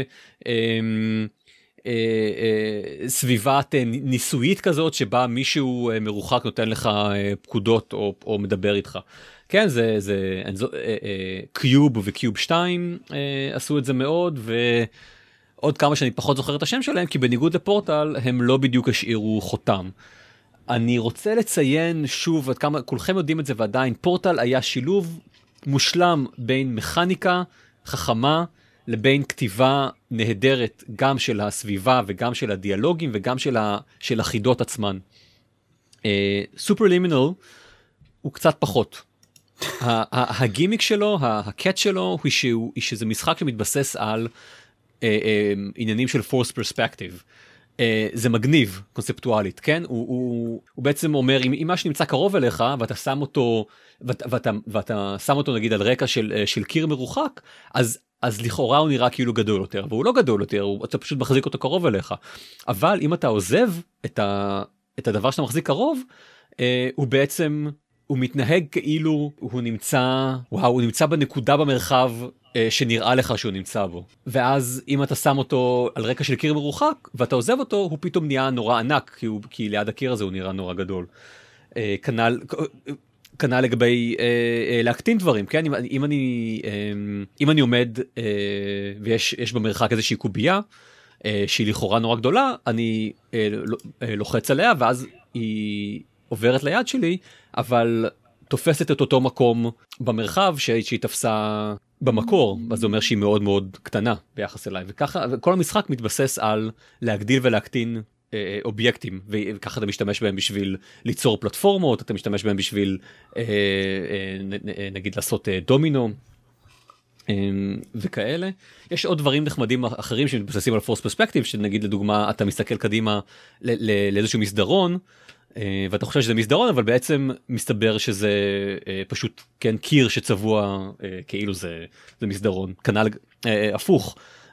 בסביבת ניסויית כזאת, שבה מישהו מרוחק נותן לך פקודות או מדבר איתך. כן, זה קיוב וקיוב 2 עשו את זה מאוד, עוד כמה שאני פחות זוכר את השם שלהם, כי בניגוד לפורטל הם לא בדיוק השאירו חותם. אני רוצה לציין שוב, עד כמה כולכם יודעים את זה ועדיין, פורטל היה שילוב מושלם בין מכניקה חכמה לבין כתיבה נהדרת, גם של הסביבה וגם של הדיאלוגים וגם של החידות עצמן. סופרלימינל הוא קצת פחות. הגימיק שלו, הקט שלו, הוא שזה משחק שמתבסס על עניינים של force perspective. זה מגניב קונספטואלית, כן? הוא בעצם אומר, אם מה שנמצא קרוב אליך, ואתה שם אותו, ואתה שם אותו נגיד על רקע של קיר מרוחק, אז לכאורה הוא נראה כאילו גדול יותר, והוא לא גדול יותר, אתה פשוט מחזיק אותו קרוב אליך. אבל אם אתה עוזב את הדבר שאתה מחזיק קרוב, הוא בעצם, הוא מתנהג כאילו הוא נמצא בנקודה במרחב שנראה לך שהוא נמצא בו. ואז אם אתה שם אותו על רקע של קיר מרוחק, ואתה עוזב אותו, הוא פתאום נהיה נורא ענק, כי ליד הקיר הזה הוא נראה נורא גדול. כנ"ל לגבי להקטין דברים, כן? אם אני עומד ויש במרחק איזושהי קובייה, שהיא לכאורה נורא גדולה, אני לוחץ עליה, ואז היא עוברת ליד שלי, אבל תופסת את אותו מקום במרחב שהיא תפסה במקור, אז זה אומר שהיא מאוד מאוד קטנה ביחס אליי, וככה, כל המשחק מתבסס על להגדיל ולהקטין אובייקטים, וככה אתה משתמש בהם בשביל ליצור פלטפורמות, אתה משתמש בהם בשביל נגיד לעשות דומינו וכאלה. יש עוד דברים נחמדים אחרים שמתבססים על פורס פרספקטיב, שנגיד לדוגמה אתה מסתכל קדימה לאיזשהו מסדרון, ואתה חושב שזה מסדרון, אבל בעצם מסתבר שזה פשוט כן קיר שצבוע כאילו זה מסדרון. כנ"ל הפוך,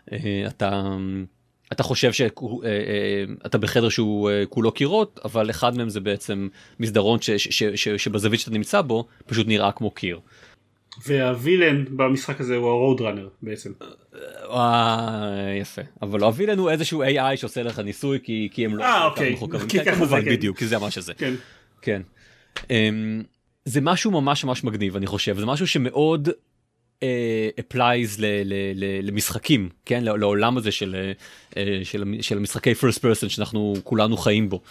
אתה חושב שאתה בחדר שהוא כולו קירות, אבל אחד מהם זה בעצם מסדרון שבזווית שאתה נמצא בו פשוט נראה כמו קיר. והווילן במשחק הזה הוא הרוד ראנר בעצם. יפה, אבל הווילן הוא איזשהו AI שעושה לך ניסוי, כי הם לא מחוקרים. כמובן, בדיוק, כי זה מה שזה. כן. זה משהו ממש ממש מגניב, אני חושב. זה משהו שמאוד applies למשחקים, כן? לעולם הזה של משחקי first person שאנחנו כולנו חיים בו.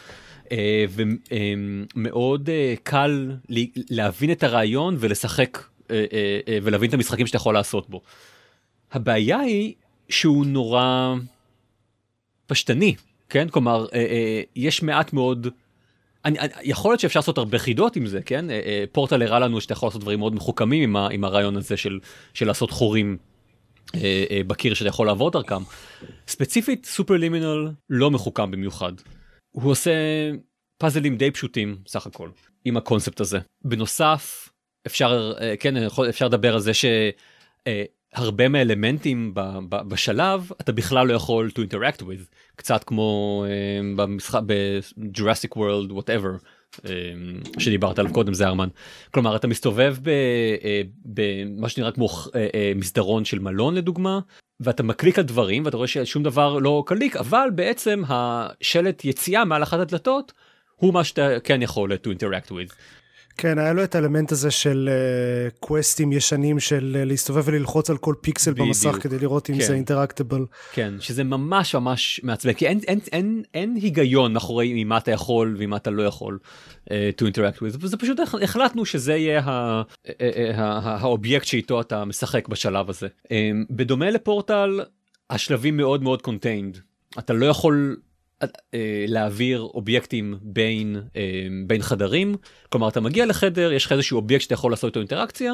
ומאוד קל להבין את הרעיון ולשחק ולהבין את המשחקים שאתה יכול לעשות בו. הבעיה היא שהוא נורא פשטני, כן? כלומר, יש מעט מאוד, יכול להיות שאפשר לעשות הרבה חידות עם זה, כן? פורטל הראה לנו שאתה יכול לעשות דברים מאוד מחוכמים עם הרעיון הזה של לעשות חורים בקיר שאתה יכול לעבור דרכם. ספציפית, סופרלימינל לא מחוכם במיוחד. הוא עושה פאזלים די פשוטים, סך הכל, עם הקונספט הזה. בנוסף, אפשר לדבר על זה שהרבה מהאלמנטים בשלב, אתה בכלל לא יכול to interact with, קצת כמו במשחק, ב-Jurassic World, whatever, שדיברת עליו קודם, זה ארמן. כלומר, אתה מסתובב במה שנראה כמו מסדרון של מלון לדוגמה, ואתה מקליק על דברים, ואתה רואה ששום דבר לא קליק, אבל בעצם השלט יציאה מעל אחת הדלתות, הוא מה שאתה כן יכול to interact with. כן, היה לו את האלמנט הזה של קווסטים ישנים, של להסתובב וללחוץ על כל פיקסל במסך כדי לראות אם זה אינטראקטיבל. כן, שזה ממש ממש מעצבן, כי אין היגיון מאחורי ממה אתה יכול ומה אתה לא יכול to interact with, וזה פשוט החלטנו שזה יהיה האובייקט שאיתו אתה משחק בשלב הזה. בדומה לפורטל, השלבים מאוד מאוד contained. אתה לא יכול להעביר אובייקטים בין חדרים, כלומר אתה מגיע לחדר, יש לך איזשהו אובייקט שאתה יכול לעשות איתו אינטראקציה,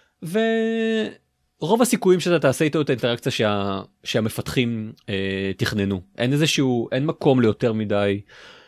ורוב הסיכויים שאתה תעשה איתו את האינטראקציה שהמפתחים תכננו. אין מקום ליותר מדי,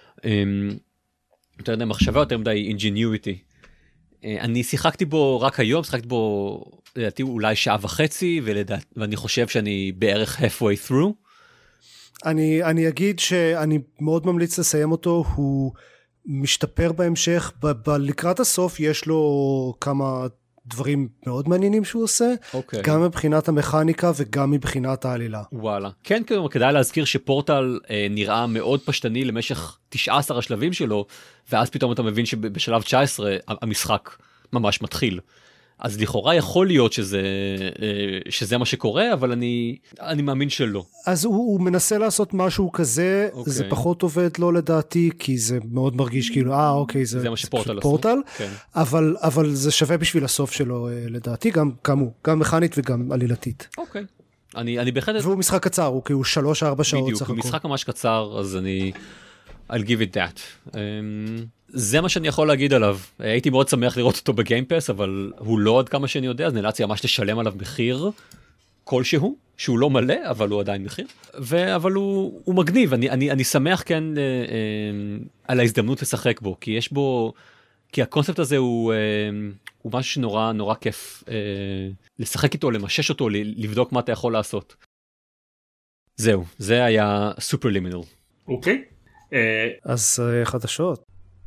יותר מדי מחשבה, יותר מדי ingenuity. אני שיחקתי בו רק היום, שיחקתי בו לדעתי אולי שעה וחצי, ואני חושב שאני בערך halfway through. אני אגיד שאני מאוד ממליץ לסיים אותו, הוא משתפר בהמשך, לקראת הסוף יש לו כמה דברים מאוד מעניינים שהוא עושה, גם מבחינת המכניקה וגם מבחינת העלילה. וואלה. כן, כדאי להזכיר שפורטל נראה מאוד פשטני למשך 19 השלבים שלו, ואז פתאום אתה מבין שבשלב 19 המשחק ממש מתחיל. אז לכאורה יכול להיות שזה מה שקורה, אבל אני מאמין שלא. אז הוא מנסה לעשות משהו כזה, זה פחות עובד לו לדעתי, כי זה מאוד מרגיש כאילו, אוקיי, זה מה שפורטל פורטל, אבל זה שווה בשביל הסוף שלו לדעתי, גם מכנית וגם עלילתית. אוקיי. אני בהחלט... והוא משחק קצר, הוא כאילו 3-4 שעות סך הכל. בדיוק, הוא משחק ממש קצר, אז I'll give it that. זה מה שאני יכול להגיד עליו. הייתי מאוד שמח לראות אותו בגיימפס, אבל הוא לא עד כמה שאני יודע, אז נאלצתי ממש לשלם עליו מחיר כלשהו, שהוא לא מלא, אבל הוא עדיין מחיר. אבל הוא מגניב, אני שמח כן על ההזדמנות לשחק בו, כי יש בו, כי הקונספט הזה הוא משהו שנורא נורא כיף לשחק איתו, למשש אותו, לבדוק מה אתה יכול לעשות. זהו, זה היה סופרלימינל. אוקיי. אז חדשות.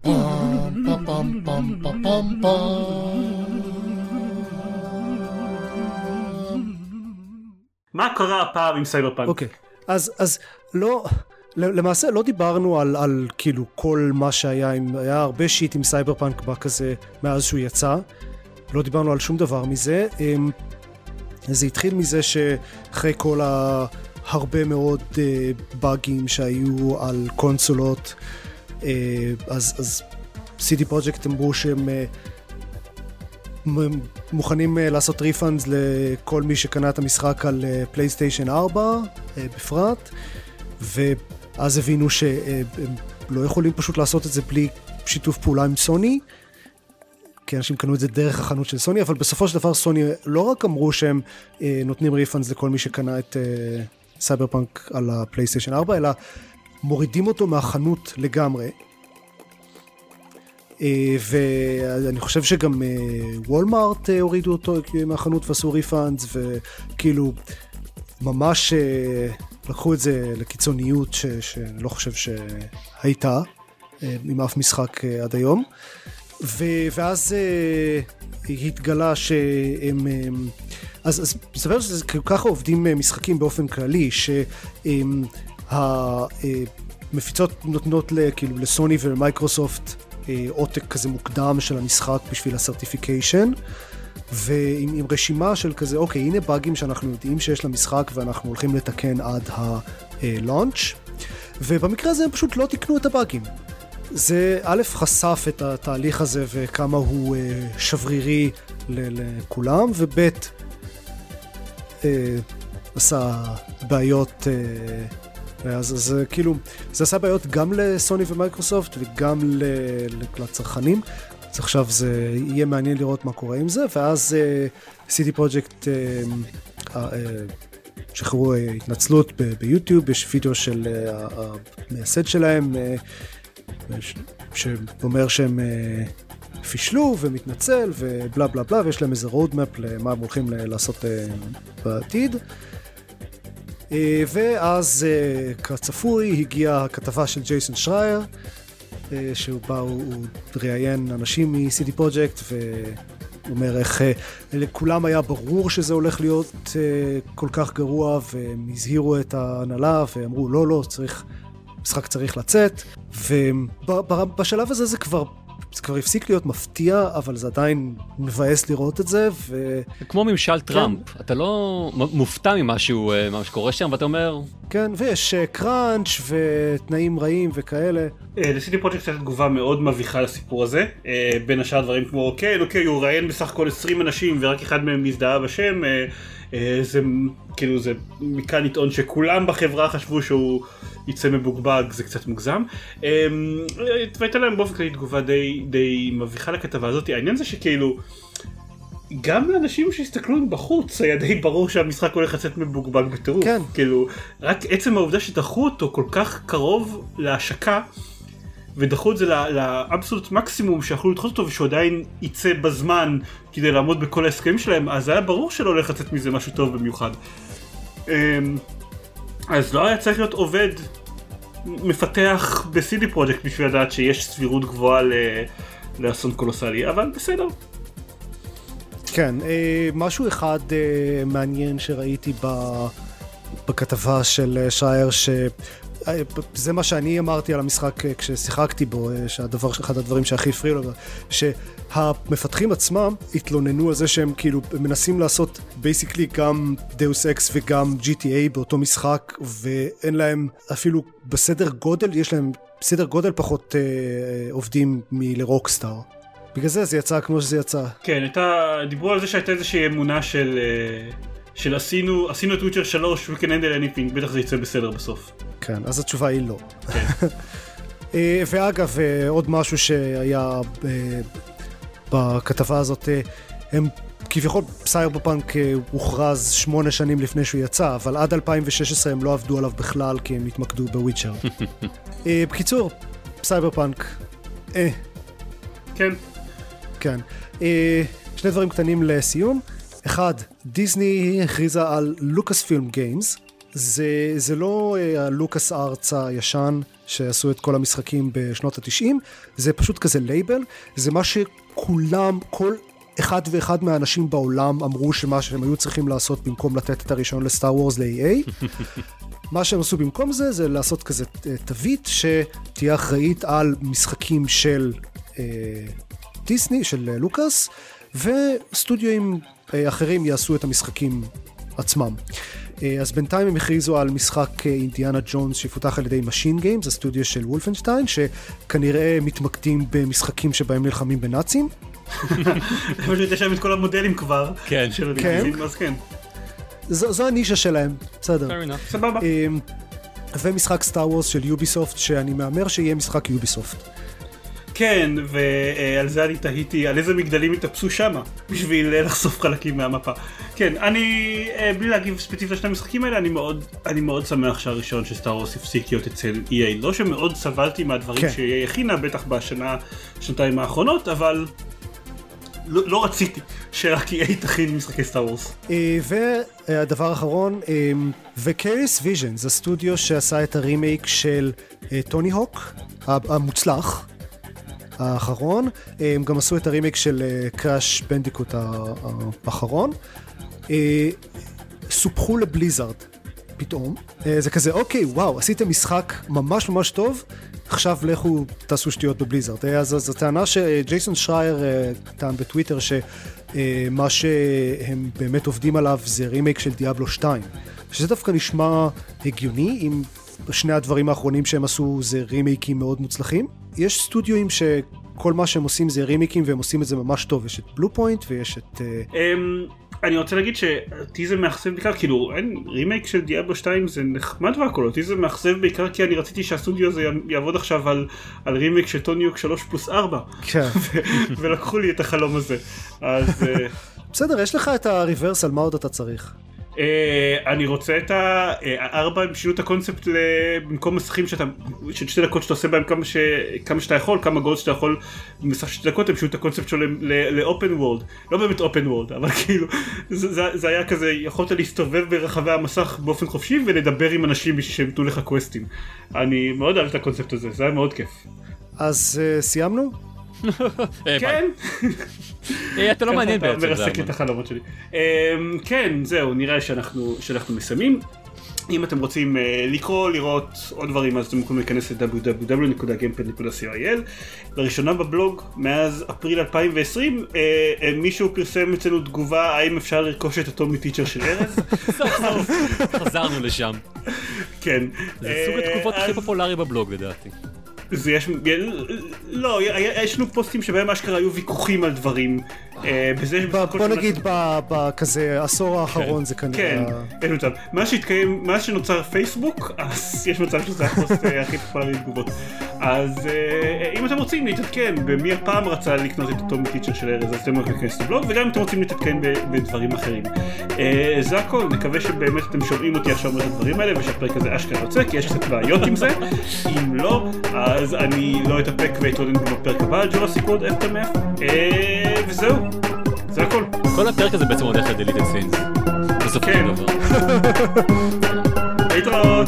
מה קרה הפעם עם סייברפאנק? אוקיי, אז לא, למעשה לא דיברנו על כאילו כל מה שהיה, היה הרבה שיט עם סייברפאנק כזה מאז שהוא יצא, לא דיברנו על שום דבר מזה. זה התחיל מזה שאחרי כל הרבה מאוד באגים שהיו על קונסולות, אז CD Projekt אמרו שהם מוכנים לעשות ריפאנדס לכל מי שקנה את המשחק על פלייסטיישן 4 בפרט, ואז הבינו שהם לא יכולים פשוט לעשות את זה בלי שיתוף פעולה עם סוני, כי אנשים קנו את זה דרך החנות של סוני, אבל בסופו של דבר סוני לא רק אמרו שהם נותנים ריפאנדס לכל מי שקנה את סייברפאנק על הפלייסטיישן 4, אלא מורידים אותו מהחנות לגמרי. ואני חושב שגם וולמארט הורידו אותו מהחנות ועשו ריפאנדס, וכאילו ממש לקחו את זה לקיצוניות שאני לא חושב שהייתה עם אף משחק עד היום. ואז התגלה שהם, אז מסתבר שזה ככה עובדים משחקים באופן כללי, שהמפיצות נותנות כאילו לסוני ולמייקרוסופט עותק כזה מוקדם של המשחק בשביל הסרטיפיקיישן, ועם רשימה של כזה, אוקיי, הנה באגים שאנחנו יודעים שיש למשחק ואנחנו הולכים לתקן עד הלונץ', ובמקרה הזה הם פשוט לא תקנו את הבאגים. זה א' חשף את התהליך הזה וכמה הוא שברירי לכולם, וב' עשה בעיות, אז כאילו זה עשה בעיות גם לסוני ומייקרוסופט וגם לצרכנים. אז עכשיו זה יהיה מעניין לראות מה קורה עם זה, ואז CD Projekt שחררו התנצלות ביוטיוב, יש וידאו של המייסד שלהם שאומר שהם פישלו ומתנצל ובלה בלה בלה, ויש להם איזה רודמפ למה הם הולכים לעשות בעתיד. ואז כצפוי הגיעה הכתבה של ג'ייסון שרייר, שהוא בא, הוא ראיין אנשים מ-CD Projekt ואומר איך לכולם היה ברור שזה הולך להיות כל כך גרוע, והם הזהירו את ההנהלה ואמרו לא, משחק צריך לצאת, ובשלב הזה זה כבר הפסיק להיות מפתיע, אבל זה עדיין מבאס לראות את זה. כמו ממשל טראמפ, אתה לא מופתע ממשהו שקורה שם, ואתה אומר... כן, ויש קראנץ' ותנאים רעים וכאלה. ל-CD Projekt קצת תגובה מאוד מביכה לסיפור הזה, בין השאר דברים כמו, אוקיי, הוא ראיין בסך הכל 20 אנשים, ורק אחד מהם מזדהה בשם, זה כאילו, זה מכאן לטעון שכולם בחברה חשבו שהוא יצא מבוגבג, זה קצת מוגזם. והייתה להם באופן כללי תגובה די מביכה לכתבה הזאת. העניין זה שכאילו, גם לאנשים שהסתכלו בחוץ היה די ברור שהמשחק הולך לצאת מבוגבג בטירוף. כן. כאילו, רק עצם העובדה שדחו אותו כל כך קרוב להשקה, ודחו את זה לאבסולוט מקסימום שיכולו לדחות אותו, ושהוא עדיין יצא בזמן כדי לעמוד בכל ההסכמים שלהם, אז היה ברור שלא הולך לצאת מזה משהו טוב במיוחד. אז לא היה צריך להיות עובד מפתח ב-CD Projekt בשביל לדעת שיש סבירות גבוהה לאסון קולוסלי, אבל בסדר. כן, משהו אחד מעניין שראיתי בכתבה של שייר, זה מה שאני אמרתי על המשחק כששיחקתי בו, אחד הדברים שהכי הפריעו לו, שהמפתחים עצמם התלוננו על זה שהם כאילו מנסים לעשות בייסיקלי גם דאוס אקס וגם GTA באותו משחק, ואין להם אפילו בסדר גודל, יש להם בסדר גודל פחות עובדים מלרוקסטאר. בגלל זה יצא כמו שזה יצא. כן, דיברו על זה שהייתה איזושהי אמונה של עשינו את וויצ'ר 3 we can handle anything, בטח זה יצא בסדר בסוף. כן, אז התשובה היא לא. כן. ואגב, עוד משהו שהיה בכתבה הזאת, הם כביכול סייברפאנק הוכרז 8 שנים לפני שהוא יצא, אבל עד 2016 הם לא עבדו עליו בכלל כי הם התמקדו בוויצ'ר. בקיצור, סייברפאנק. כן. כן. שני דברים קטנים לסיום. אחד, דיסני הכריזה על לוקאס פילם גיימס. זה לא הלוקאס ארץ הישן שעשו את כל המשחקים בשנות ה-90, זה פשוט כזה לייבל, זה מה שכולם, כל אחד ואחד מהאנשים בעולם אמרו שמה שהם היו צריכים לעשות במקום לתת את הראשון לסטאר וורס ל-EA. מה שהם עשו במקום זה לעשות כזה תווית שתהיה אחראית על משחקים של דיסני, של לוקאס, וסטודיואים אחרים יעשו את המשחקים עצמם. אז בינתיים הם הכריזו על משחק אינדיאנה ג'ונס שיפותח על ידי משין גיימס, הסטודיו של וולפנשטיין, שכנראה מתמקדים במשחקים שבהם נלחמים בנאצים. פשוט יש להם את כל המודלים כבר. כן. אז כן. זו הנישה שלהם, בסדר. סבבה. ומשחק סטאר וורס של יוביסופט, שאני מאמר שיהיה משחק יוביסופט. כן, ועל זה אני תהיתי, על איזה מגדלים התאפסו שמה, בשביל לחשוף חלקים מהמפה. כן, אני, בלי להגיב ספציפית לשני המשחקים האלה, אני מאוד שמח שהראשון שסטאר וורס הפסיק להיות אצל EA. לא שמאוד סבלתי מהדברים ש-EA הכינה, בטח שנתיים האחרונות, אבל לא רציתי שרק EA תכין משחקי סטאר וורס. והדבר האחרון, וקריס ויז'נס, הסטודיו שעשה את הרימייק של טוני הוק, המוצלח, האחרון, הם גם עשו את הרימייק של קראש בנדיקוט האחרון, סופחו לבליזארד פתאום, זה כזה אוקיי וואו עשיתם משחק ממש ממש טוב, עכשיו לכו תעשו שטויות בבליזארד. אז הטענה שג'ייסון שרייר טען בטוויטר שמה שהם באמת עובדים עליו זה רימייק של דיאבלו 2, שזה דווקא נשמע הגיוני אם שני הדברים האחרונים שהם עשו זה רימייקים מאוד מוצלחים. יש סטודיואים שכל מה שהם עושים זה רימייקים והם עושים את זה ממש טוב. יש את בלו פוינט ויש את... אני רוצה להגיד שאותי זה מאכזב בעיקר, כאילו רימייק של דיאבלו 2 זה נחמד והכל, אותי זה מאכזב בעיקר כי אני רציתי שהסטודיו הזה יעבוד עכשיו על רימייק של טוני הוק 3+4. כן. ולקחו לי את החלום הזה. אז... בסדר, יש לך את הריברסל, מה עוד אתה צריך? אני רוצה את ה-4, הם שינו את הקונספט במקום מסכים של 2 דקות שאתה עושה בהם כמה שאתה יכול, כמה גולד שאתה יכול במסך 2 דקות, הם שינו את הקונספט שלו לאופן וורלד, לא באמת אופן וורלד, אבל כאילו זה היה כזה, יכולת להסתובב ברחבי המסך באופן חופשי ולדבר עם אנשים שהם תנו לך קווסטים. אני מאוד אוהב את הקונספט הזה, זה היה מאוד כיף. אז סיימנו? כן. אתה לא מעניין בעצם. אתה מרסק את החלומות שלי. כן, זהו, נראה שאנחנו מסיימים. אם אתם רוצים לקרוא, לראות עוד דברים, אז אתם יכולים להיכנס ל-www.gamepad.co.il. לראשונה בבלוג, מאז אפריל 2020, מישהו פרסם אצלנו תגובה, האם אפשר לרכוש את הטומי טיצ'ר של ארז? חזרנו לשם. כן. זה סוג התגובות הכי פופולרי בבלוג לדעתי. לא, יש לנו פוסטים שבהם אשכרה היו ויכוחים על דברים. בוא נגיד בכזה עשור האחרון זה כנראה... כן, אין מצב. מה שנוצר פייסבוק, אז יש מצב שזה הפוסט הכי פופולרי בתגובות. אז אם אתם רוצים להתעדכן במי הפעם רצה לקנות את אותו טיצ'ר של ארז, אז אתם יכולים להיכנס לבלוג, וגם אם אתם רוצים להתעדכן בדברים אחרים. זה הכל, נקווה שבאמת אתם שומעים אותי עכשיו את הדברים האלה, ושהפרק הזה אשכרה יוצא, כי יש קצת בעיות עם זה. אם לא, אז אני לא אתאפק ואתרודן בפרק הבא על ג'ורסיק וורלד אפטרמאף, וזהו, זה הכל. כל הפרק הזה בעצם הולך לדליטד סינס. בסופו של דבר. להתראות.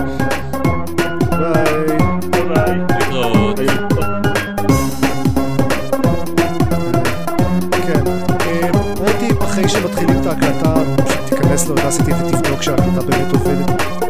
ביי. ביי. להתראות. כן. עוד טיפ, אחרי שמתחילים את ההקלטה, פשוט תיכנס לאודסיטי ותבדוק שההקלטה באמת עובדת.